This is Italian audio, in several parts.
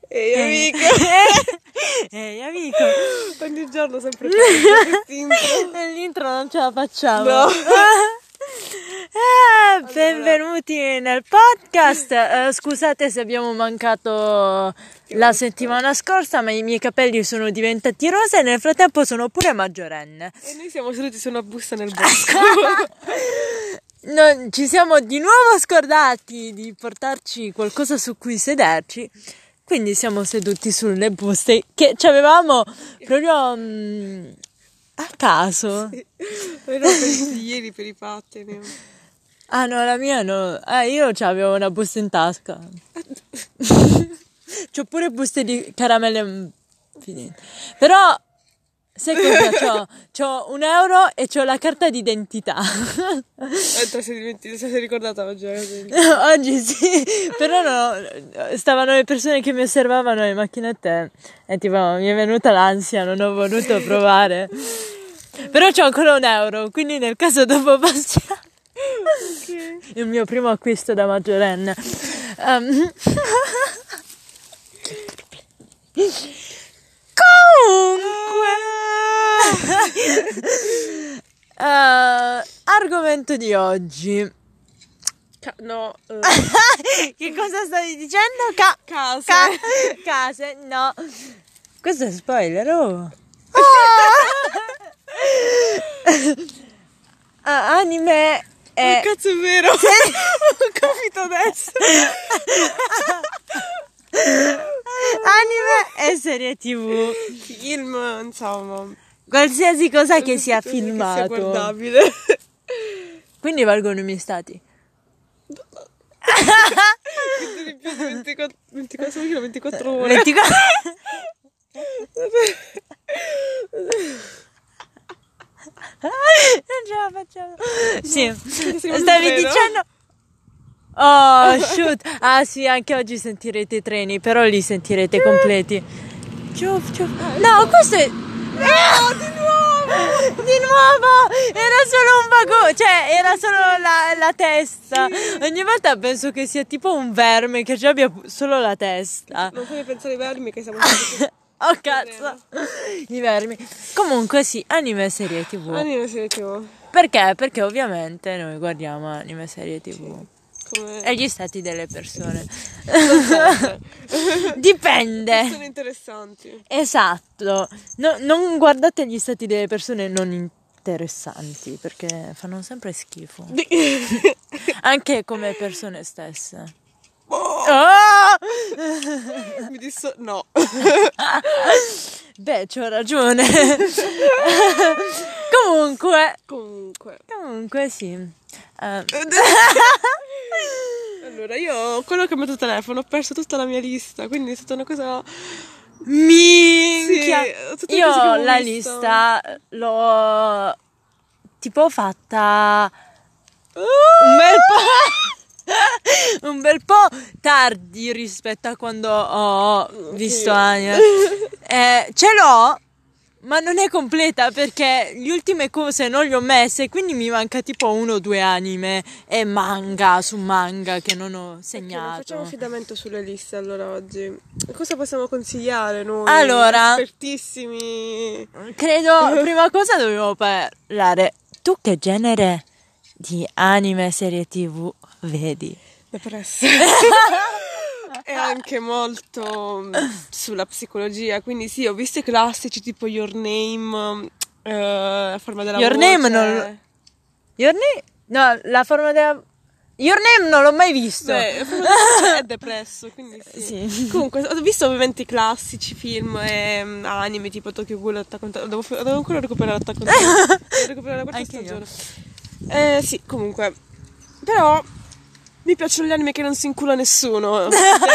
Ehi amico. Ehi amico. Ogni giorno sempre peggio quest'intro. Nell'intro non ce la facciamo. No. Benvenuti nel podcast. Scusate se abbiamo mancato la settimana scorsa, ma i miei capelli sono diventati rosa e nel frattempo sono pure maggiorenne. E noi siamo seduti su una busta nel bosco. Ci siamo di nuovo scordati di portarci qualcosa su cui sederci, quindi siamo seduti sulle buste che ci avevamo proprio a caso. Sì. Noi l'ho presi ieri per i pattern. Ah no, la mia no. Io c'avevo una busta in tasca. C'ho pure buste di caramelle finite. Però sai cosa c'ho? C'ho €1 e c'ho la carta d'identità. Ti sei ricordata oggi? Oggi sì, però no, stavano le persone che mi osservavano le macchinette e tipo mi è venuta l'ansia, non ho voluto provare. Però c'ho ancora €1, quindi nel caso dopo passiamo. Okay. Il mio primo acquisto da maggiorenne. Argomento di oggi. Che cosa stavi dicendo? Case, no. Questo è spoiler, oh. Anime Oh, cazzo è vero. Ho capito adesso. Anime e serie TV. Film, insomma. Qualsiasi cosa che sia filmato. Che sia guardabile. Quindi valgono i miei stati. Quindi di più 24 ore. 24. Non ce la facciamo. Sì, stavi dicendo. Oh, shoot. Ah sì, anche oggi sentirete i treni, però li sentirete completi. No, questo è. No, di nuovo! Di nuovo! Era solo un vagone, cioè era solo la testa. Sì. Ogni volta penso che sia tipo un verme che ci abbia solo la testa. Non fammi pensare ai vermi che siamo stati. Oh cazzo! I vermi. Comunque sì, anime e serie TV. Anime e serie TV. Perché? Perché ovviamente noi guardiamo anime e serie TV. Come... E gli stati delle persone. Dipende. Sono interessanti. Esatto. Non guardate gli stati delle persone non interessanti, perché fanno sempre schifo. Anche come persone stesse. Oh! Mi no. Beh, c'ho ragione. Comunque sì. Allora, io quello che ho messo telefono ho perso tutta la mia lista, quindi è stata una cosa. Minchia. Sì, Io la lista l'ho tipo fatta un bel po' tardi rispetto a quando ho visto anime. Ce l'ho, ma non è completa perché le ultime cose non le ho messe, quindi mi manca tipo 1 o 2 anime e manga su manga che non ho segnato. Non facciamo affidamento sulle liste allora oggi. Cosa possiamo consigliare noi? Allora, espertissimi. credo prima cosa dobbiamo parlare. Tu che genere di anime serie TV vedi? Depresso. È anche molto sulla psicologia, quindi sì, ho visto i classici tipo Your Name, La forma della Your voce. Name non... Your Name? No, la forma della... Your Name non l'ho mai visto. Beh, la forma della voce è depresso, quindi sì. Sì. Comunque, ho visto ovviamente i classici film e anime tipo Tokyo Ghoul, Attack on Titan. Devo ancora recuperare Attack on Titan. Devo recuperare la quarta stagione. Sì, comunque. Però mi piacciono gli anime che non si incula nessuno.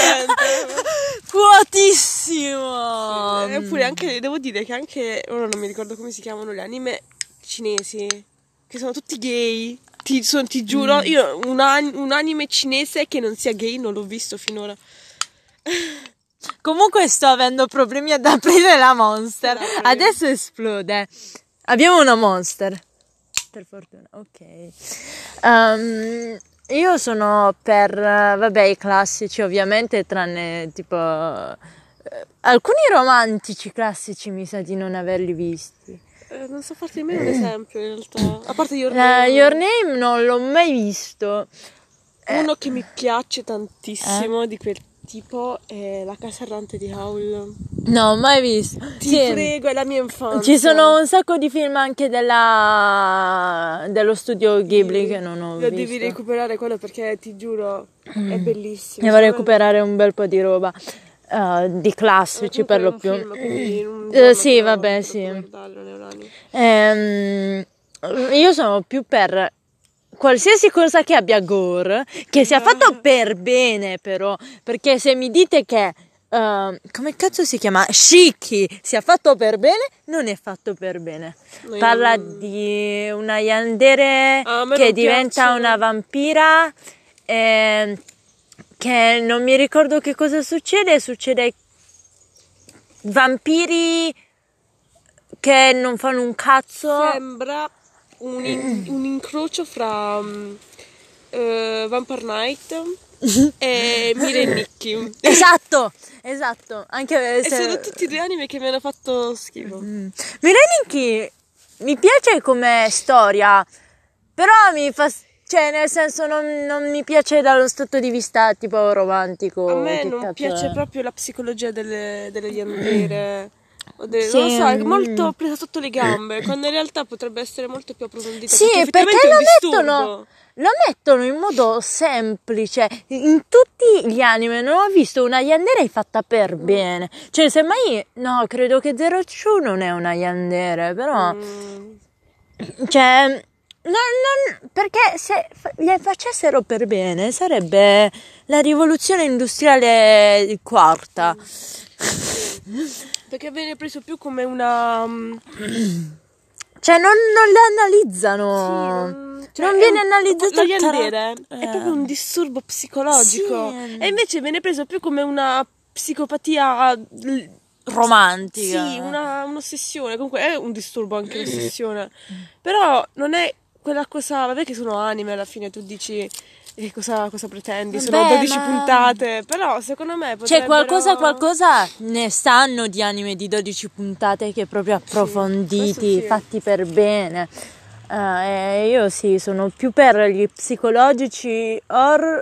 Quotissimo! Sì. Eppure anche, devo dire che anche, ora non mi ricordo come si chiamano, gli anime cinesi, che sono tutti gay. Ti giuro, io un anime cinese che non sia gay non l'ho visto finora. Comunque sto avendo problemi ad aprire la Monster. Adesso esplode. Abbiamo una Monster. Per fortuna, ok. Io sono per, vabbè, i classici ovviamente, tranne tipo alcuni romantici classici mi sa di non averli visti. Non so farti nemmeno un esempio in realtà. A parte Your Name. Your Name non l'ho mai visto. Uno che mi piace tantissimo di quel tipo è La casa errante di Howl. No, mai visto. Ti prego, è la mia infanzia. Ci sono un sacco di film anche dello studio Ghibli che non ho visto. Lo devi recuperare quello perché ti giuro è bellissimo. Ne vorrei recuperare un bel po' di roba. Di classici per lo più. Sì, vabbè, sì. Io sono più per qualsiasi cosa che abbia gore, che sia fatto per bene però, perché se mi dite che come cazzo si chiama? Shiki sia fatto per bene, non è fatto per bene. Parla di una yandere che diventa una vampira, che non mi ricordo che cosa succede vampiri che non fanno un cazzo. Sembra un incrocio fra Vampire Knight e Mirai Nikki. Esatto, anche se... E sono tutti due anime che mi hanno fatto schifo. Mirai Nikki mi piace come storia, però mi fa... Cioè, nel senso, non mi piace dallo stato di vista tipo romantico. A me non piace proprio la psicologia delle yandere. Sì. Non lo so, è molto presa sotto le gambe, quando in realtà potrebbe essere molto più approfondita. Sì, perché lo mettono in modo semplice. In tutti gli anime non ho visto una yandere fatta per bene. Cioè, semmai, no, credo che Zero Two non è una yandere, però... Cioè... perché se le facessero per bene sarebbe la rivoluzione industriale quarta. Perché viene preso più come una... Cioè non le analizzano. Sì, non viene analizzato la yandere è proprio un disturbo psicologico. Sì. E invece viene preso più come una psicopatia romantica. Sì, un'ossessione. Comunque è un disturbo anche l'ossessione. Però non è quella cosa... Vabbè che sono anime alla fine, tu dici... cosa pretendi? Sono 12 puntate, però secondo me potrebbero... Cioè qualcosa ne sanno di anime di 12 puntate che proprio approfonditi, fatti per bene. Io sì, sono più per gli psicologici horror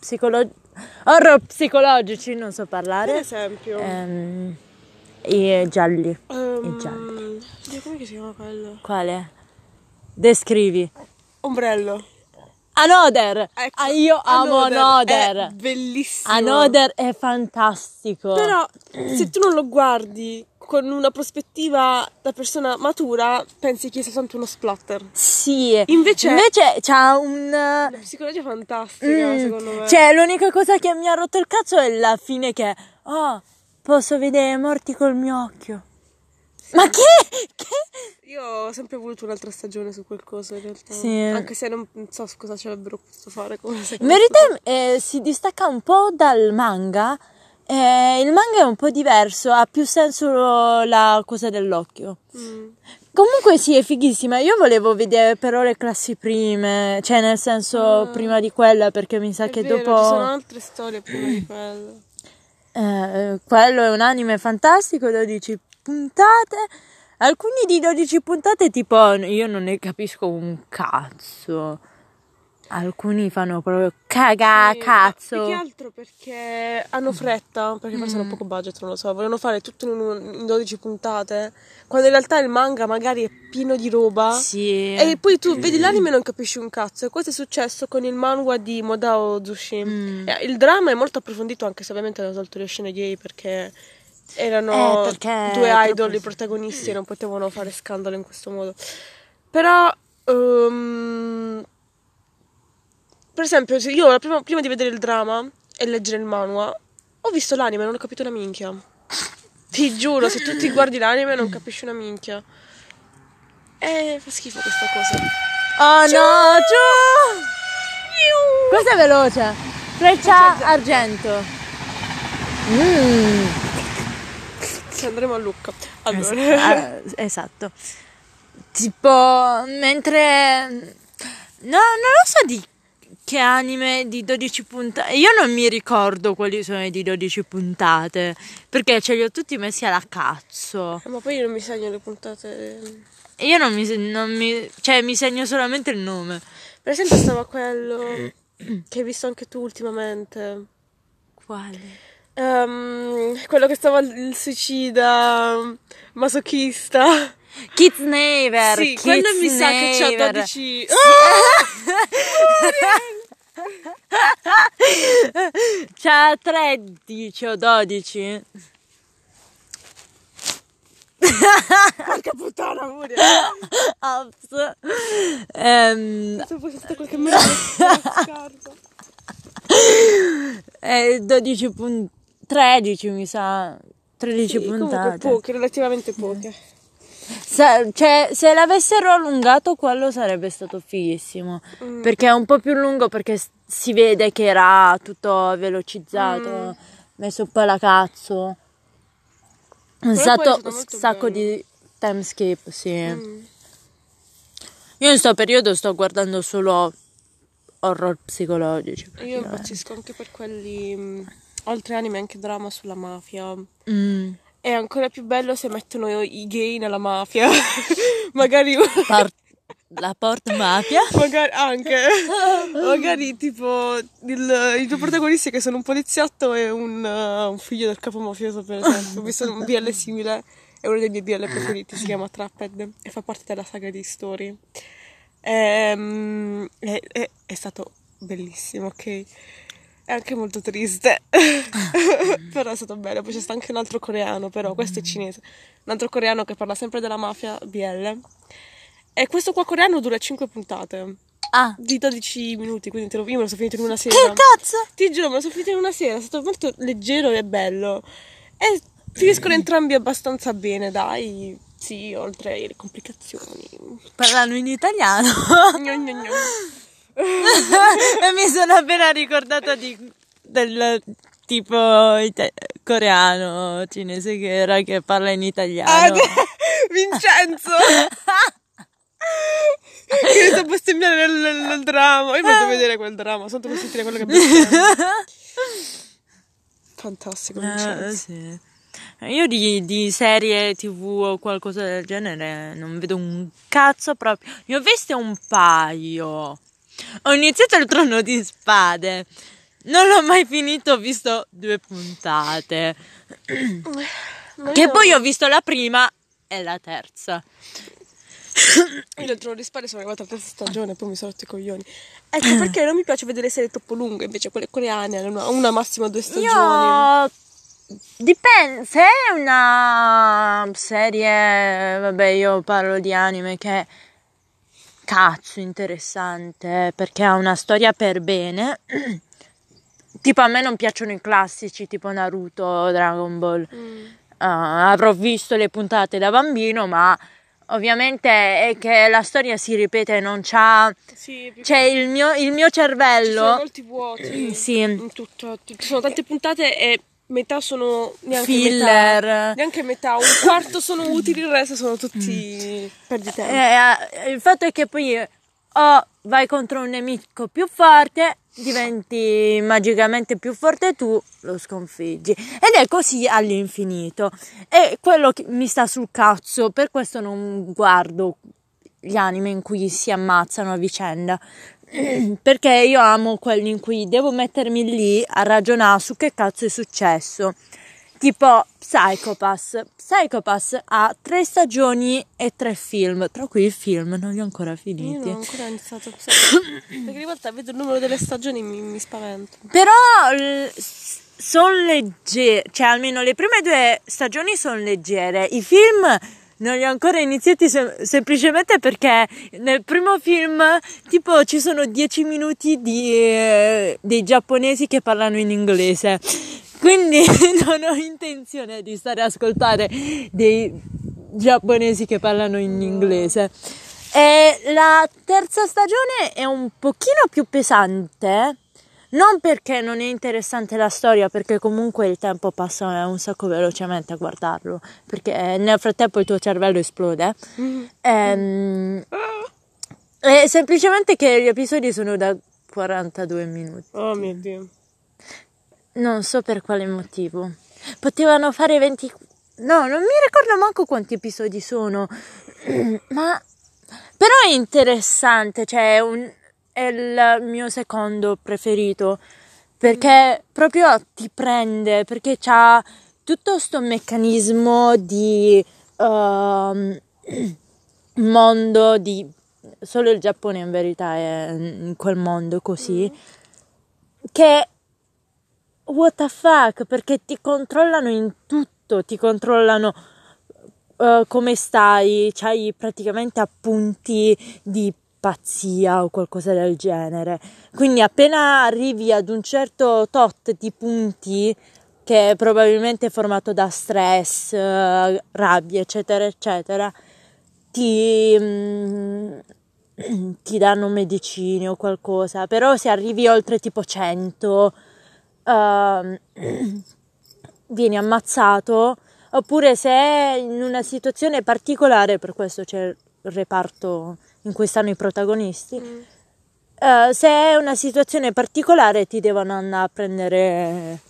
psicologici, non so parlare. Per esempio? I gialli. Come si chiama quello? Quale? Descrivi. Ombrello. Another! Ecco, io amo Another! È bellissimo! Another è fantastico! Però se tu non lo guardi con una prospettiva da persona matura, pensi che sia soltanto uno splatter. Sì! Invece c'ha una psicologia fantastica, secondo me. Cioè, l'unica cosa che mi ha rotto il cazzo è la fine che... posso vedere morti col mio occhio. Ma che? Io ho sempre voluto un'altra stagione su quel coso in realtà. Sì. Anche se non so cosa ci avrebbero potuto fare. In verità si distacca un po' dal manga. Il manga è un po' diverso, ha più senso la cosa dell'occhio. Comunque sì, è fighissima. Io volevo vedere però le classi prime, cioè nel senso prima di quella, perché mi sa che vero, dopo... ci sono altre storie prima di quello. Quello è un anime fantastico, 12 puntate. Alcuni di 12 puntate tipo io non ne capisco un cazzo. Alcuni fanno proprio cazzo. Più che altro perché hanno fretta, perché forse hanno poco budget, non lo so. Vogliono fare tutto in 12 puntate, quando in realtà il manga magari è pieno di roba. Sì. E poi tu vedi l'anime e non capisci un cazzo. E questo è successo con il manhwa di Modao Zushi. Il dramma è molto approfondito, anche se ovviamente hanno tolto le scene gay perché erano due idol i protagonisti e non potevano fare scandalo in questo modo. Però per esempio io prima di vedere il dramma e leggere il manhwa ho visto l'anime e non ho capito una minchia. Ti giuro, se tu ti guardi l'anime non capisci una minchia. Fa schifo questa cosa. Oh no, giù! Questa è veloce. Freccia argento. Ci andremo a Lucca. Allora. Esatto. Tipo, mentre... No, non lo so di che anime di 12 puntate. Io non mi ricordo quali sono i di 12 puntate, perché ce li ho tutti messi alla cazzo. Ma poi io non mi segno le puntate. Io cioè mi segno solamente il nome. Per esempio stava quello che hai visto anche tu ultimamente. Quale? Quello che stava il suicida masochista. Kids Never. Sì, Kids quello mi sa che c'ha Never. 12. C'ha 13 o 12. Porca puttana, pure. Ops. Se fosse stato qualche mezzo scarso. 12 13 mi sa. 13 Sì, puntate. comunque poche, relativamente poche. Cioè, se l'avessero allungato, quello sarebbe stato fighissimo. Perché è un po' più lungo, perché si vede che era tutto velocizzato, messo un po' alla cazzo. Un Però poi è stato molto sacco bello. di time skip, sì. Io in sto periodo sto guardando solo horror psicologici. Io impazzisco anche per quelli, oltre anime, anche drama sulla mafia. Mm. È ancora più bello se mettono i gay nella mafia. Magari La port mafia. magari anche magari tipo i due protagonisti che sono un poliziotto e un figlio del capo mafioso, per esempio. Ho visto un BL simile, è uno dei miei BL preferiti, si chiama Trapped e fa parte della saga di Story. È stato bellissimo, ok? È anche molto triste. Però è stato bello. Poi c'è stato anche un altro coreano, però questo è cinese, un altro coreano che parla sempre della mafia BL. E questo qua coreano dura 5 puntate di 12 minuti, quindi io me lo sono finito in una sera. Che cazzo? Ti giuro, me lo sono finito in una sera, è stato molto leggero e bello. E finiscono entrambi abbastanza bene, dai. Sì, oltre le complicazioni. Parlano in italiano. Gno, gno, gno. E mi sono appena ricordata del tipo coreano, cinese che parla in italiano. Vincenzo! Che mi sto bestemmiando nel dramma. Io voglio vedere quel dramma, sotto per sentire quello che bestemmia. Fantastico, Vincenzo. Sì. Io di serie TV o qualcosa del genere non vedo un cazzo proprio. Ne ho viste un paio. Ho iniziato il Trono di Spade. Non l'ho mai finito, ho visto 2 puntate. Che poi ho visto la prima e la terza. Io del Trono di Spade sono arrivata alla terza stagione, poi mi sono rotto i coglioni. Ecco perché non mi piace vedere serie troppo lunghe, invece quelle coreane hanno una massima 2 stagioni. Io dipende, se è una serie, vabbè, io parlo di anime che cazzo interessante, perché ha una storia per bene. Tipo a me non piacciono i classici tipo Naruto o Dragon Ball. Avrò visto le puntate da bambino, ma ovviamente è che la storia si ripete, non c'ha. Sì, Cioè il mio cervello. ci sono molti vuoti. Sì. In tutto. Ci sono tante puntate e metà sono neanche Filler. metà. Neanche metà, un quarto sono utili, il resto sono tutti perdi tempo. Il fatto è che poi vai contro un nemico più forte, diventi magicamente più forte tu, lo sconfiggi. Ed è così all'infinito. E quello che mi sta sul cazzo, per questo non guardo gli anime in cui si ammazzano a vicenda. Perché io amo quelli in cui devo mettermi lì a ragionare su che cazzo è successo. Tipo Psycho-Pass. Psycho-Pass ha 3 stagioni e 3 film, tra cui il film non li ho ancora finiti. Io non ho ancora iniziato perché di volta vedo il numero delle stagioni mi spavento. Però sono leggere, cioè almeno le prime 2 stagioni sono leggere. I film non li ho ancora iniziati semplicemente perché nel primo film tipo ci sono 10 minuti dei giapponesi che parlano in inglese. Quindi non ho intenzione di stare a ascoltare dei giapponesi che parlano in inglese. E la terza stagione è un pochino più pesante, non perché non è interessante la storia, perché comunque il tempo passa un sacco velocemente a guardarlo, perché nel frattempo il tuo cervello esplode. È semplicemente che gli episodi sono da 42 minuti. Oh mio Dio. Non so per quale motivo. Potevano fare 20... No, non mi ricordo manco quanti episodi sono. Ma... Però è interessante, cioè è il mio secondo preferito. Perché proprio ti prende, perché c'ha tutto sto meccanismo di mondo di... Solo il Giappone in verità è in quel mondo così. Che... What the fuck? Perché ti controllano in tutto, ti controllano come stai, c'hai praticamente appunti di pazzia o qualcosa del genere. Quindi appena arrivi ad un certo tot di punti, che è probabilmente formato da stress, rabbia, eccetera, eccetera, ti danno medicine o qualcosa. Però se arrivi oltre tipo 100... vieni ammazzato, oppure se è in una situazione particolare, per questo c'è il reparto in cui stanno i protagonisti, se è una situazione particolare ti devono andare a prendere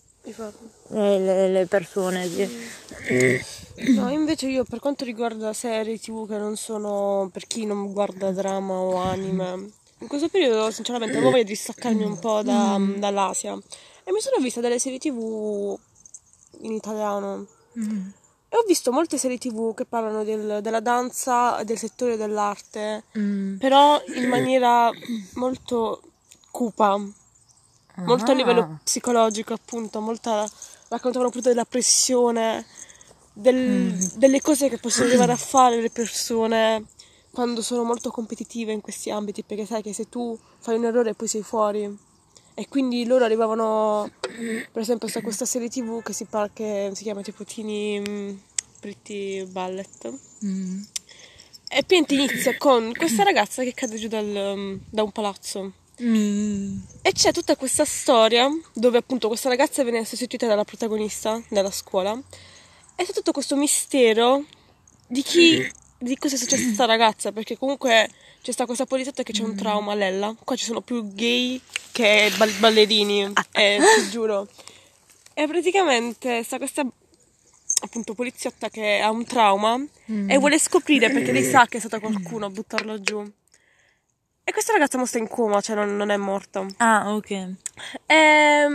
le persone. No, invece io per quanto riguarda serie TV che non sono, per chi non guarda drama o anime, in questo periodo sinceramente avevo voglia di staccarmi un po' dall'Asia e mi sono vista delle serie TV in italiano e ho visto molte serie TV che parlano della danza e del settore dell'arte, però in maniera molto cupa, molto a livello psicologico, appunto, raccontavano appunto della pressione, delle cose che possono arrivare a fare le persone quando sono molto competitive in questi ambiti, perché sai che se tu fai un errore poi sei fuori. E quindi loro arrivavano, per esempio, a questa serie TV che si chiama tipo Pretty Ballet. E poi inizia con questa ragazza che cade giù da un palazzo. E c'è tutta questa storia dove appunto questa ragazza viene sostituita dalla protagonista della scuola. E c'è tutto questo mistero di cosa è successo a questa ragazza, perché comunque c'è sta questa poliziotta che c'è un trauma, Lella. Qua ci sono più gay che ballerini, ti giuro. E praticamente sta questa appunto poliziotta che ha un trauma e vuole scoprire, perché lei sa che è stata qualcuno a buttarla giù. E questa ragazza mo sta in coma, cioè non è morta. Ah, ok. E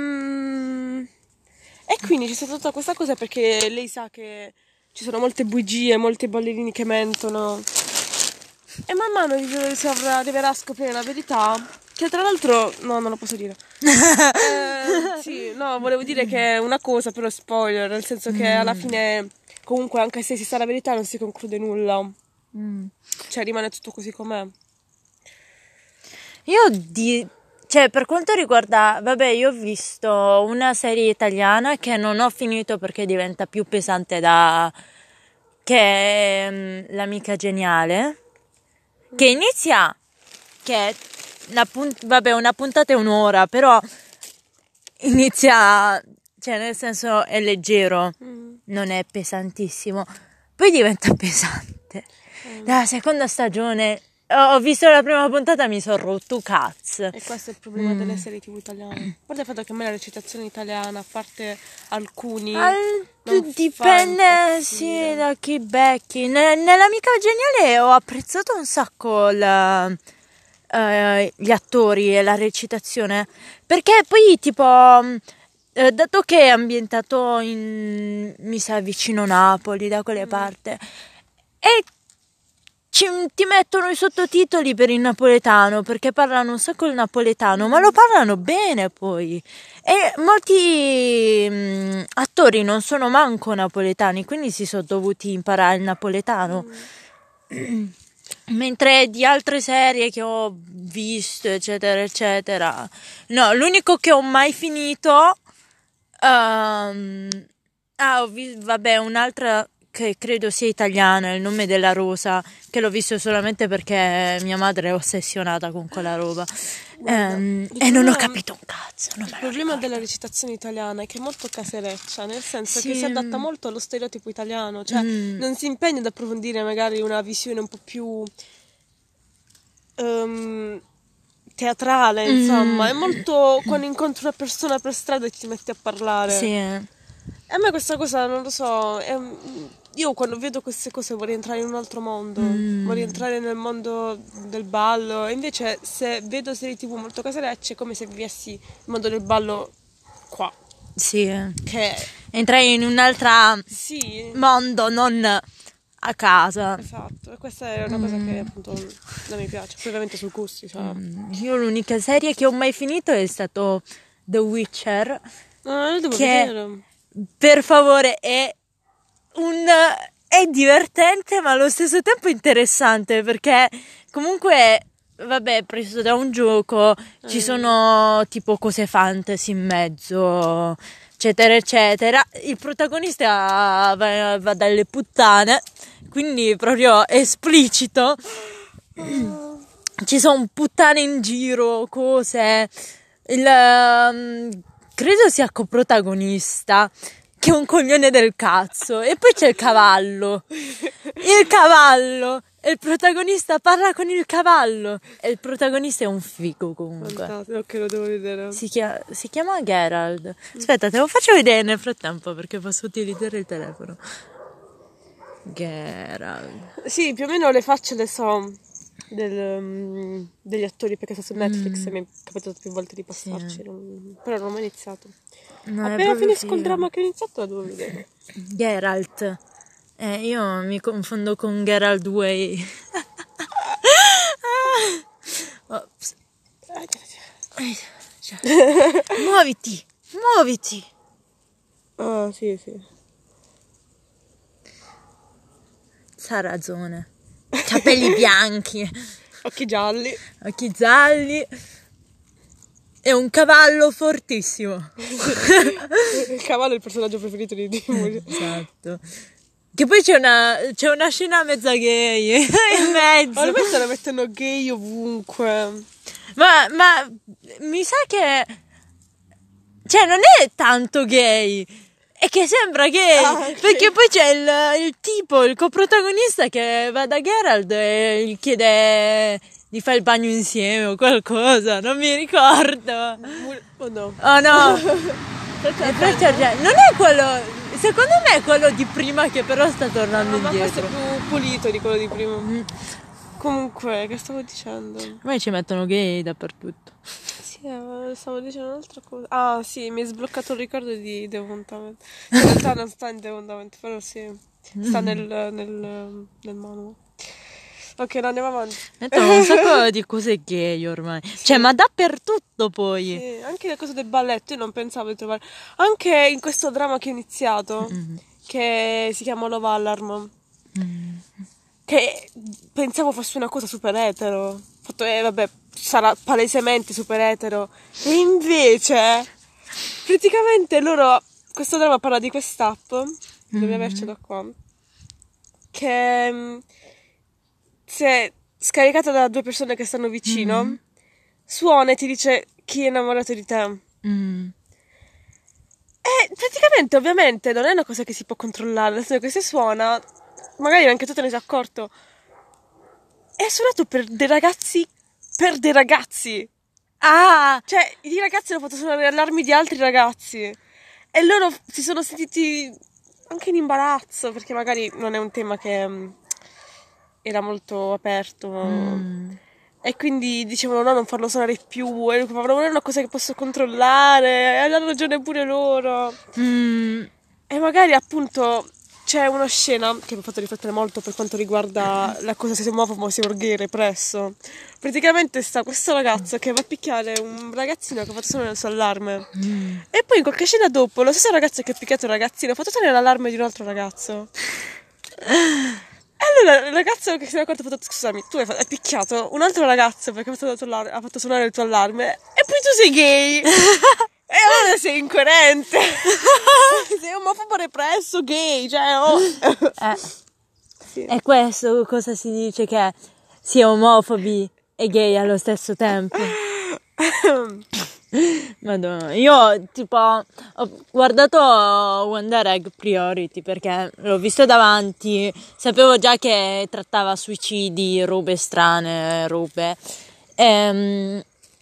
quindi c'è stata tutta questa cosa perché lei sa che ci sono molte bugie, molti ballerini che mentono. E man mano si arriverà a scoprire la verità, che tra l'altro, no, non lo posso dire. Sì, no, volevo dire che è una cosa, però spoiler, nel senso che alla fine, comunque, anche se si sa la verità, non si conclude nulla. Cioè, rimane tutto così com'è. Cioè, per quanto riguarda, vabbè, io ho visto una serie italiana che non ho finito perché diventa più pesante che è L'amica geniale, che inizia, che vabbè, una puntata è un'ora, però inizia, cioè nel senso è leggero, non è pesantissimo, poi diventa pesante. La seconda stagione, ho visto la prima puntata e mi sono rotto cazzo. E questo è il problema delle serie TV italiane. A parte il fatto che a me la recitazione italiana, a parte alcuni, dipende sì da chi becchi. Nell'amica geniale ho apprezzato un sacco gli attori e la recitazione, perché poi tipo dato che è ambientato mi sa vicino Napoli, da quelle parti, e ti mettono i sottotitoli per il napoletano, perché parlano un sacco il napoletano, ma lo parlano bene poi. E molti attori non sono manco napoletani, quindi si sono dovuti imparare il napoletano. Mentre di altre serie che ho visto, eccetera, eccetera, no, l'unico che ho mai finito, ho visto, vabbè, un'altra che credo sia italiana, Il nome della rosa, che l'ho visto solamente perché mia madre è ossessionata con quella roba. E non ho capito un cazzo. Il problema della recitazione italiana è che è molto casereccia, nel senso che si adatta molto allo stereotipo italiano, cioè non si impegna ad approfondire magari una visione un po' più teatrale, insomma, è molto quando incontri una persona per strada e ti metti a parlare. Sì. E a me questa cosa, non lo so, io quando vedo queste cose vorrei entrare in un altro mondo, vorrei entrare nel mondo del ballo, e invece se vedo serie TV molto caserecce è come se vivessi il mondo del ballo qua. Sì. Che Entrai in un'altra sì, mondo, non a casa. esatto, e questa è una cosa che appunto non mi piace, poi ovviamente sul gusti, cioè. Io l'unica serie che ho mai finito è stato The Witcher, No, io devo che vedere. per favore è divertente ma allo stesso tempo interessante, perché comunque vabbè è preso da un gioco, ci sono tipo cose fantasy in mezzo, eccetera eccetera. Il protagonista va dalle puttane, quindi proprio esplicito. Ci sono puttane in giro, cose. Credo sia coprotagonista, che è un coglione del cazzo. E poi c'è il cavallo. Il cavallo. E il protagonista parla con il cavallo. E il protagonista è un figo comunque. Fantastico, ok, lo devo vedere. Si chiama Geralt. Aspetta, te lo faccio vedere nel frattempo perché posso utilizzare il telefono. Geralt. Sì, più o meno le facce le so degli attori, perché sto su Netflix e mi è capitato più volte di passarci, però non ho mai iniziato. No, è Appena proprio finisco il figo. dramma che ho iniziato la devo vedere. Geralt. Io mi confondo con Geralt Way. Ops. Muoviti, muoviti. Ah, sì, sì. C'ha ragione. Capelli bianchi, Occhi gialli. occhi gialli e un cavallo fortissimo. Il cavallo è il personaggio preferito di Moody. Esatto. Che poi c'è una scena mezza gay in mezzo. Ormai stanno mettendo gay ovunque. Ma mi sa che, cioè, non è tanto gay, è che sembra gay, Ok. perché poi c'è il tipo, il coprotagonista che va da Geralt e gli chiede di fare il bagno insieme o qualcosa, non mi ricordo. Oh no. Oh no. E poi non è quello, secondo me è quello di prima che però sta tornando Ma questo è indietro. più pulito di quello di prima. Comunque, che stavo dicendo? Ormai ci mettono gay dappertutto. Sì, stavo dicendo un'altra cosa. Ah, sì, mi è sbloccato il ricordo di The Woundament. In realtà non sta in The Woundament, però sì, sta nel manual. Ok, no, andiamo avanti. Mettono un sacco di cose gay ormai. Cioè, ma dappertutto poi. Sì, anche le cose del balletto, io non pensavo di trovare. Anche in questo dramma che ho iniziato, che si chiama Love Alarm, che pensavo fosse una cosa super etero. Fatto, vabbè, sarà palesemente super etero. E invece, praticamente questo dramma parla di quest'app, devi avercela qua, che se scaricata da due persone che stanno vicino, suona e ti dice chi è innamorato di te. E praticamente, ovviamente, non è una cosa che si può controllare, nel senso che se suona, magari anche tu te ne sei accorto, è suonato per dei ragazzi, Ah! Cioè, i ragazzi hanno fatto suonare allarmi di altri ragazzi e loro si sono sentiti anche in imbarazzo, perché magari non è un tema che era molto aperto. E quindi dicevano no, non farlo suonare più, e non è una cosa che posso controllare, e hanno ragione pure loro. E magari appunto c'è una scena che mi ha fatto riflettere molto per quanto riguarda la cosa se si omofobo o si orgay represso. Praticamente sta questo ragazzo che va a picchiare un ragazzino che ha fatto suonare il suo allarme. E poi in qualche scena dopo lo stesso ragazzo che ha picchiato il ragazzino ha fatto suonare l'allarme di un altro ragazzo. E allora il ragazzo che si è accorto ha fatto scusami, tu hai picchiato un altro ragazzo perché ha fatto suonare il tuo allarme e poi tu sei gay. E allora sei incoerente. Sei omofobo represso, gay, cioè Sì. E questo cosa si dice, che si è omofobi e gay allo stesso tempo? Madonna, io tipo ho guardato Wonder Egg Priority perché l'ho visto davanti, sapevo già che trattava suicidi, robe strane, robe.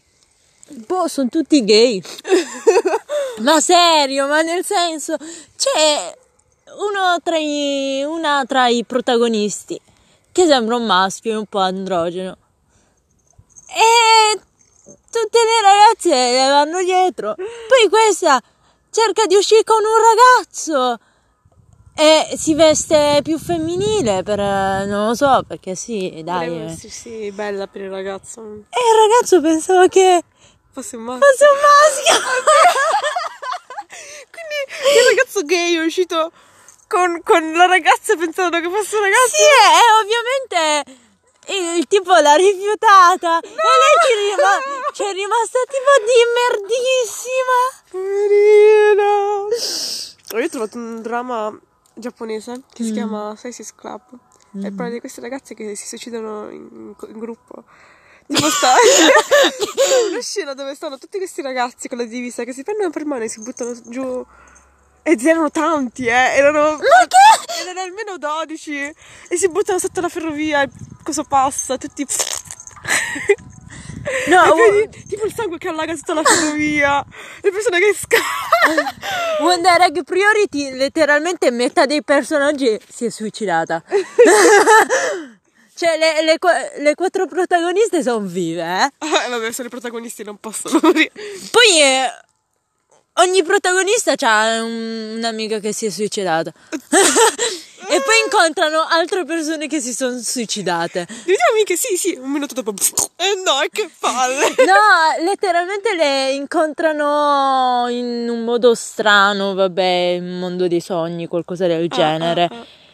Boh, sono tutti gay. Ma serio, ma nel senso, c'è una tra i protagonisti che sembra un maschio e un po' androgeno. E tutte le ragazze le vanno dietro. Poi questa cerca di uscire con un ragazzo e si veste più femminile per, non lo so, perché sì, dai. Voleva vestirsi bella per il ragazzo. E il ragazzo pensava che fosse un maschio. Quindi il ragazzo gay è uscito con la ragazza pensando che fosse un ragazzo. Sì, e ovviamente il tipo l'ha rifiutata. No! E lei ci è rimasta tipo di merdissima. Poverina. Io ho trovato un dramma giapponese che si chiama Faces Club. E parla di queste ragazze che si suicidano in gruppo. Tipo sta una scena dove stanno tutti questi ragazzi con la divisa che si prendono per mano e si buttano giù. Ed erano tanti, erano. Ma che? Erano almeno 12 e si buttano sotto la ferrovia e cosa passa? Tutti. No, tipo il sangue che allaga tutta la ferrovia, le persone che scappano. One Direct Priority, letteralmente metà dei personaggi si è suicidata. Cioè le 4 protagoniste sono vive, Vabbè, sono i protagonisti, non possono morire. Poi ogni protagonista ha un'amica che si è suicidata. E poi incontrano altre persone che si sono suicidate. Diciamo amiche, sì, un minuto dopo. No, che palle. No, letteralmente le incontrano in un modo strano, vabbè, un mondo dei sogni, qualcosa del genere.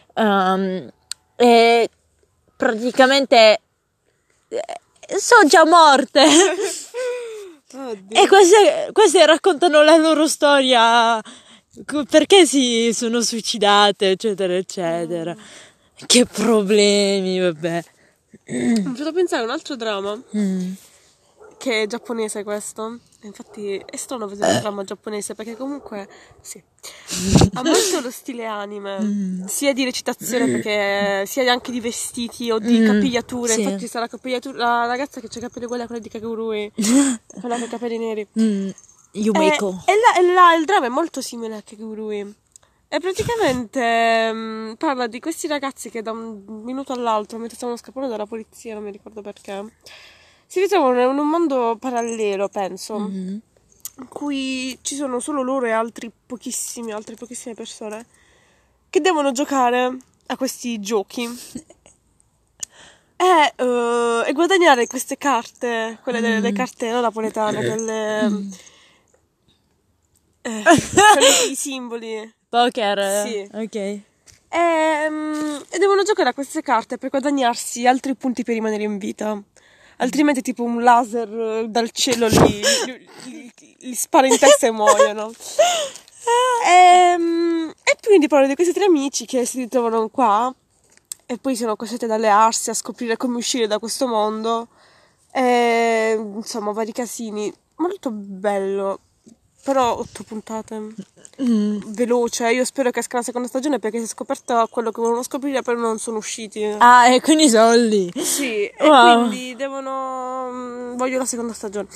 E praticamente sono già morte. Oddio. E queste raccontano la loro storia, perché si sono suicidate, eccetera, eccetera. Che problemi, vabbè. Mi fatto pensare a un altro dramma che è giapponese questo. Infatti è strano vedere un dramma giapponese perché comunque sì, ha molto lo stile anime, sia di recitazione perché sia anche di vestiti o di capigliature. Sì. Infatti c'è la ragazza che ha i capelli uguali a quelli di Kagurui, quella con i capelli neri. Yumeko. E il dramma è molto simile a Kagurui. E praticamente parla di questi ragazzi che da un minuto all'altro, mentre stavano scappando dalla polizia, non mi ricordo perché, si ritrovano in un mondo parallelo, penso, in cui ci sono solo loro e altre pochissime persone che devono giocare a questi giochi e guadagnare queste carte, quelle delle carte non napoletane, quelle i simboli. Poker? Sì. Ok. E devono giocare a queste carte per guadagnarsi altri punti per rimanere in vita. Altrimenti tipo un laser dal cielo li spara in testa e muoiono. E quindi parlo di questi 3 amici che si ritrovano qua e poi sono costretti ad allearsi a scoprire come uscire da questo mondo. E, insomma, vari casini. Molto bello. Però 8 puntate. Veloce. Io spero che esca la seconda stagione perché si è scoperto quello che volevano scoprire, però non sono usciti. Ah, e quindi sono lì. Sì, Wow. e quindi devono. Voglio la seconda stagione.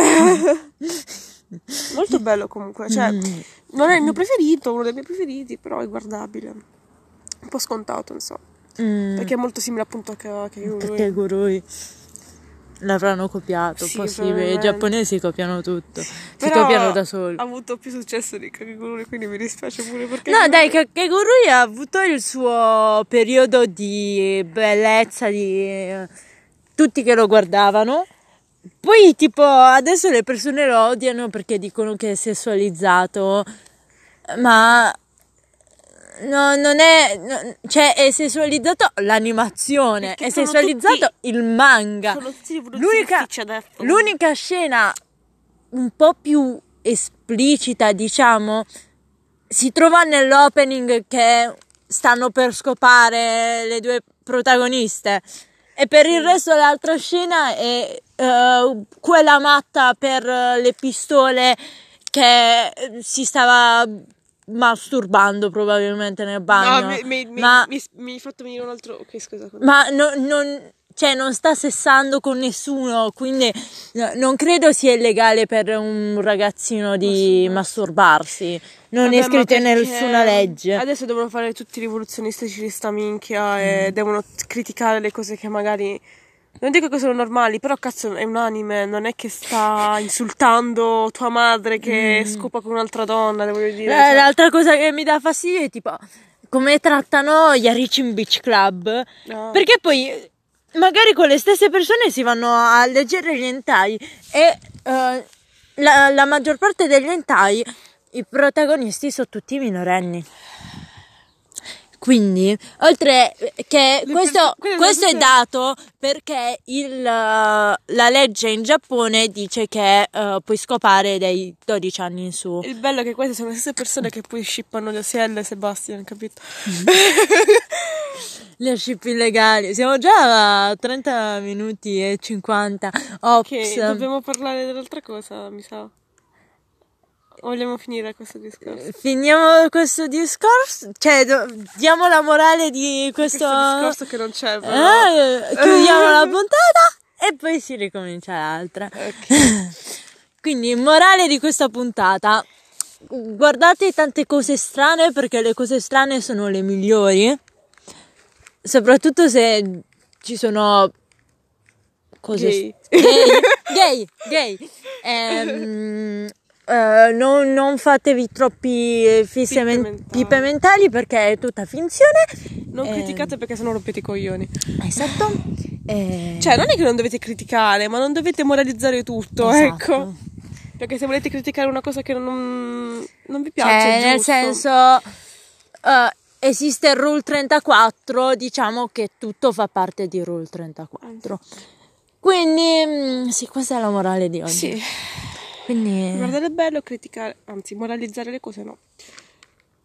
Molto bello comunque. Cioè, non è il mio preferito, uno dei miei preferiti, però è guardabile. Un po' scontato, insomma. Perché è molto simile appunto a Perché Gurui l'avranno copiato, sì, possibile. I giapponesi copiano tutto, si però copiano da soli. ha avuto più successo di Kakegurui, quindi mi dispiace pure perché No, dai, Kakegurui ha avuto il suo periodo di bellezza, di tutti che lo guardavano. Poi, tipo, adesso le persone lo odiano perché dicono che è sessualizzato, ma no, non è, cioè è sessualizzato l'animazione, Perché è sono sessualizzato tutti- il manga. sono tutti evoluzionistici adesso. L'unica scena un po' più esplicita, diciamo, si trova nell'opening che stanno per scopare le 2 protagoniste. E per il resto l'altra scena è quella matta per le pistole che si stava masturbando probabilmente nel bagno. Mi hai fatto venire un altro. Ok, scusa. Ma non cioè non sta sessando con nessuno, quindi non credo sia illegale per un ragazzino di masturbarsi. Non è scritto in nessuna legge. Adesso devono fare tutti i rivoluzionistici di sta minchia e devono criticare le cose che magari, non dico che sono normali, però cazzo è un anime, non è che sta insultando tua madre che scopa con un'altra donna, devo dire. L'altra cosa che mi dà fastidio è tipo come trattano gli Aricin Beach Club, perché poi magari con le stesse persone si vanno a leggere gli hentai e la maggior parte degli hentai i protagonisti sono tutti minorenni. Quindi, oltre che questo è dato perché la legge in Giappone dice che puoi scopare dai 12 anni in su. Il bello è che queste sono le stesse persone che poi shippano Josiel e Sebastian, capito? Le ship illegali. Siamo già a 30 minuti e 50. Ops. Ok, dobbiamo parlare dell'altra cosa, mi sa. Vogliamo finire questo discorso? Finiamo questo discorso? Cioè, diamo la morale di questo discorso che non c'è, però. Chiudiamo la puntata e poi si ricomincia l'altra. Okay. Quindi, morale di questa puntata. Guardate tante cose strane, perché le cose strane sono le migliori. Soprattutto se ci sono cose gay. Non fatevi troppi pippe mentali perché è tutta finzione. Non criticate perché sennò rompete i coglioni. Esatto. Cioè, non è che non dovete criticare, ma non dovete moralizzare tutto, esatto. Ecco. Perché se volete criticare una cosa che non vi piace, cioè, è nel giusto. senso, esiste il Rule 34, diciamo che tutto fa parte di Rule 34. Quindi, sì, questa è la morale di oggi. Sì. Quindi... guardare il bello, criticare, anzi, moralizzare le cose no.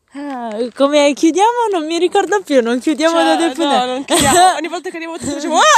Come chiudiamo? Non mi ricordo più, non chiudiamo da definire. No, non chiudiamo. Ogni volta che arrivo ti dicevo